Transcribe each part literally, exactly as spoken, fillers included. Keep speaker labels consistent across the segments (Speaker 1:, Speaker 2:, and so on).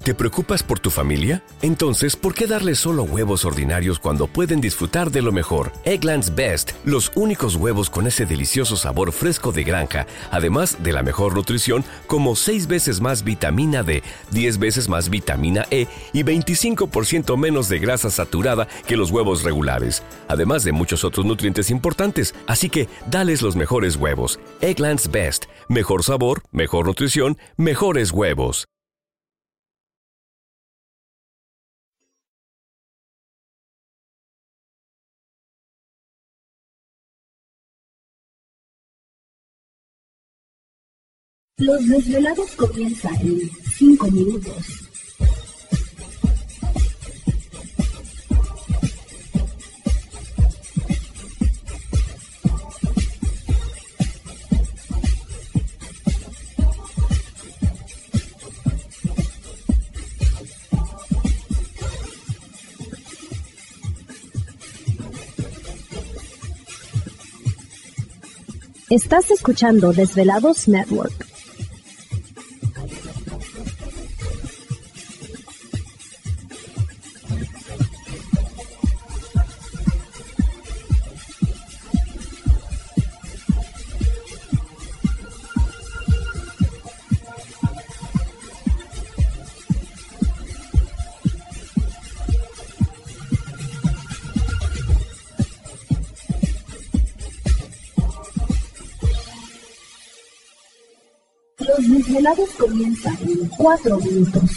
Speaker 1: ¿Te preocupas por tu familia? Entonces, ¿por qué darles solo huevos ordinarios cuando pueden disfrutar de lo mejor? Eggland's Best, los únicos huevos con ese delicioso sabor fresco de granja, además de la mejor nutrición, como seis veces más vitamina D, diez veces más vitamina E y veinticinco por ciento menos de grasa saturada que los huevos regulares, además de muchos otros nutrientes importantes. Así que, dales los mejores huevos. Eggland's Best, mejor sabor, mejor nutrición, mejores huevos.
Speaker 2: Los desvelados comienzan en cinco minutos.
Speaker 3: Estás escuchando Desvelados Network.
Speaker 2: Los desvelados comienzan en cuatro minutos.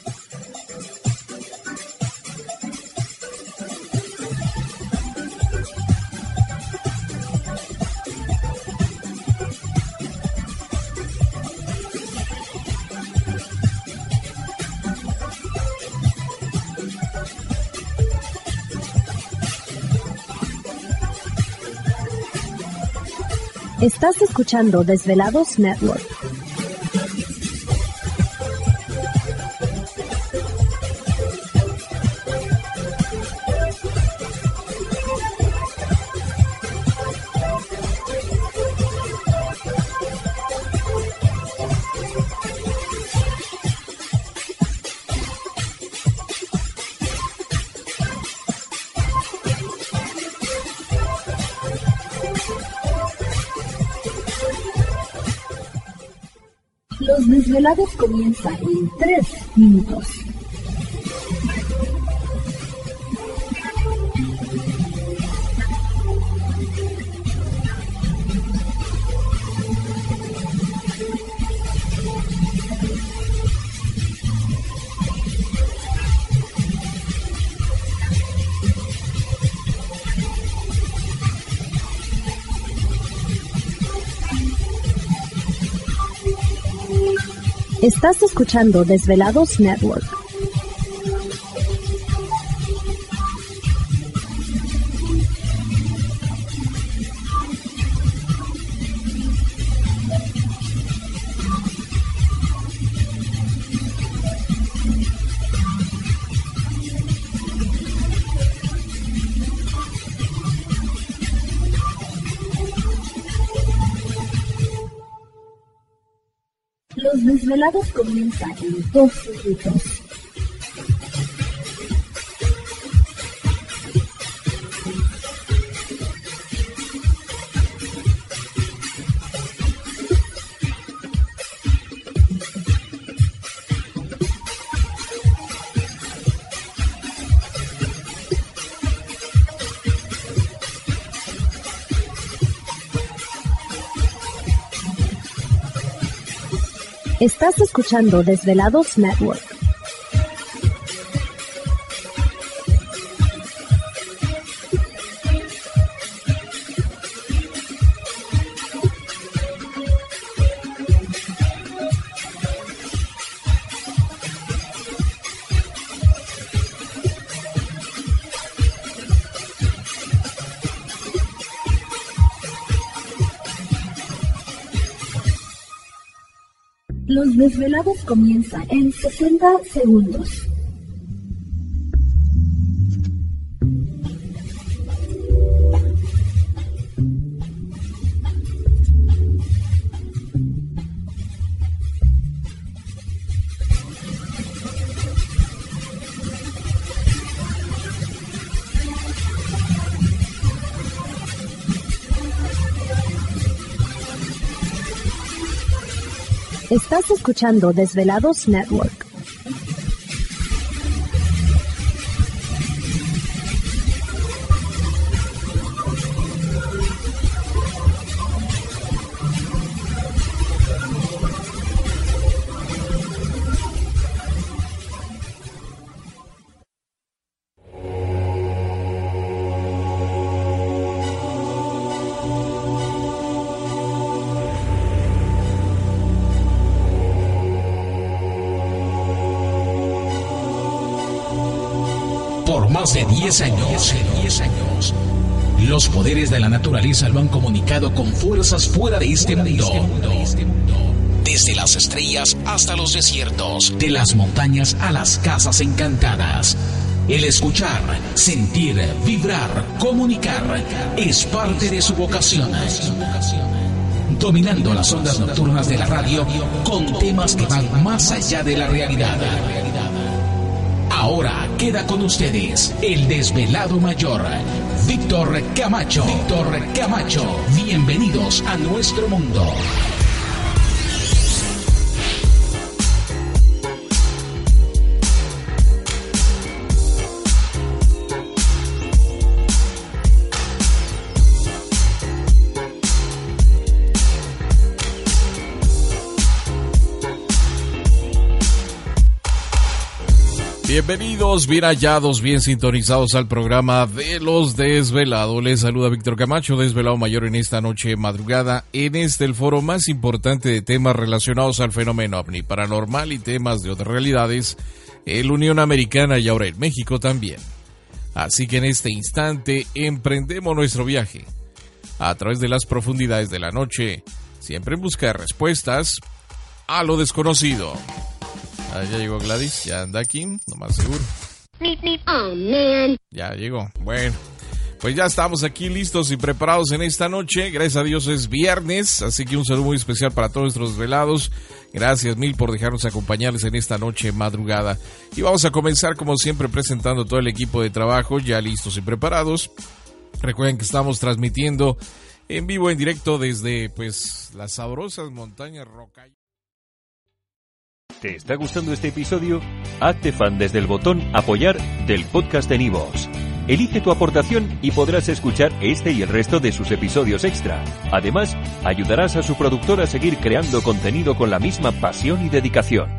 Speaker 3: Estás escuchando Desvelados Network.
Speaker 2: Los desvelados comienzan en tres minutos.
Speaker 3: Estás escuchando Desvelados Network.
Speaker 2: Los desvelados comienzan en dos minutos.
Speaker 3: Estás escuchando Desvelados Network.
Speaker 2: Los desvelados comienzan en sesenta segundos.
Speaker 3: Estás escuchando Desvelados Network.
Speaker 4: Por más de diez años, diez años, los poderes de la naturaleza lo han comunicado con fuerzas fuera de este mundo. Desde las estrellas hasta los desiertos, de las montañas a las casas encantadas. El escuchar, sentir, vibrar, comunicar es parte de su vocación. Dominando las ondas nocturnas de la radio con temas que van más allá de la realidad. Ahora queda con ustedes el desvelado mayor, Víctor Camacho. Víctor Camacho, bienvenidos a nuestro mundo.
Speaker 5: Bienvenidos, bien hallados, bien sintonizados al programa de Los Desvelados. Les saluda Víctor Camacho, desvelado mayor en esta noche madrugada, en este el foro más importante de temas relacionados al fenómeno ovni paranormal y temas de otras realidades en la Unión Americana y ahora en México también. Así que en este instante emprendemos nuestro viaje a través de las profundidades de la noche, siempre en busca de respuestas a lo desconocido. Ah, ya llegó Gladys, ya anda aquí, lo más seguro.
Speaker 2: Oh, man.
Speaker 5: Ya llegó. Bueno, pues ya estamos aquí listos y preparados en esta noche. Gracias a Dios es viernes, así que un saludo muy especial para todos nuestros desvelados. Gracias mil por dejarnos acompañarles en esta noche madrugada. Y vamos a comenzar como siempre presentando todo el equipo de trabajo ya listos y preparados. Recuerden que estamos transmitiendo en vivo, en directo desde pues las sabrosas montañas Rocay.
Speaker 6: ¿Te está gustando este episodio? Hazte fan desde el botón Apoyar del podcast de Nivos. Elige tu aportación y podrás escuchar este y el resto de sus episodios extra. Además, ayudarás a su productor a seguir creando contenido con la misma pasión y dedicación.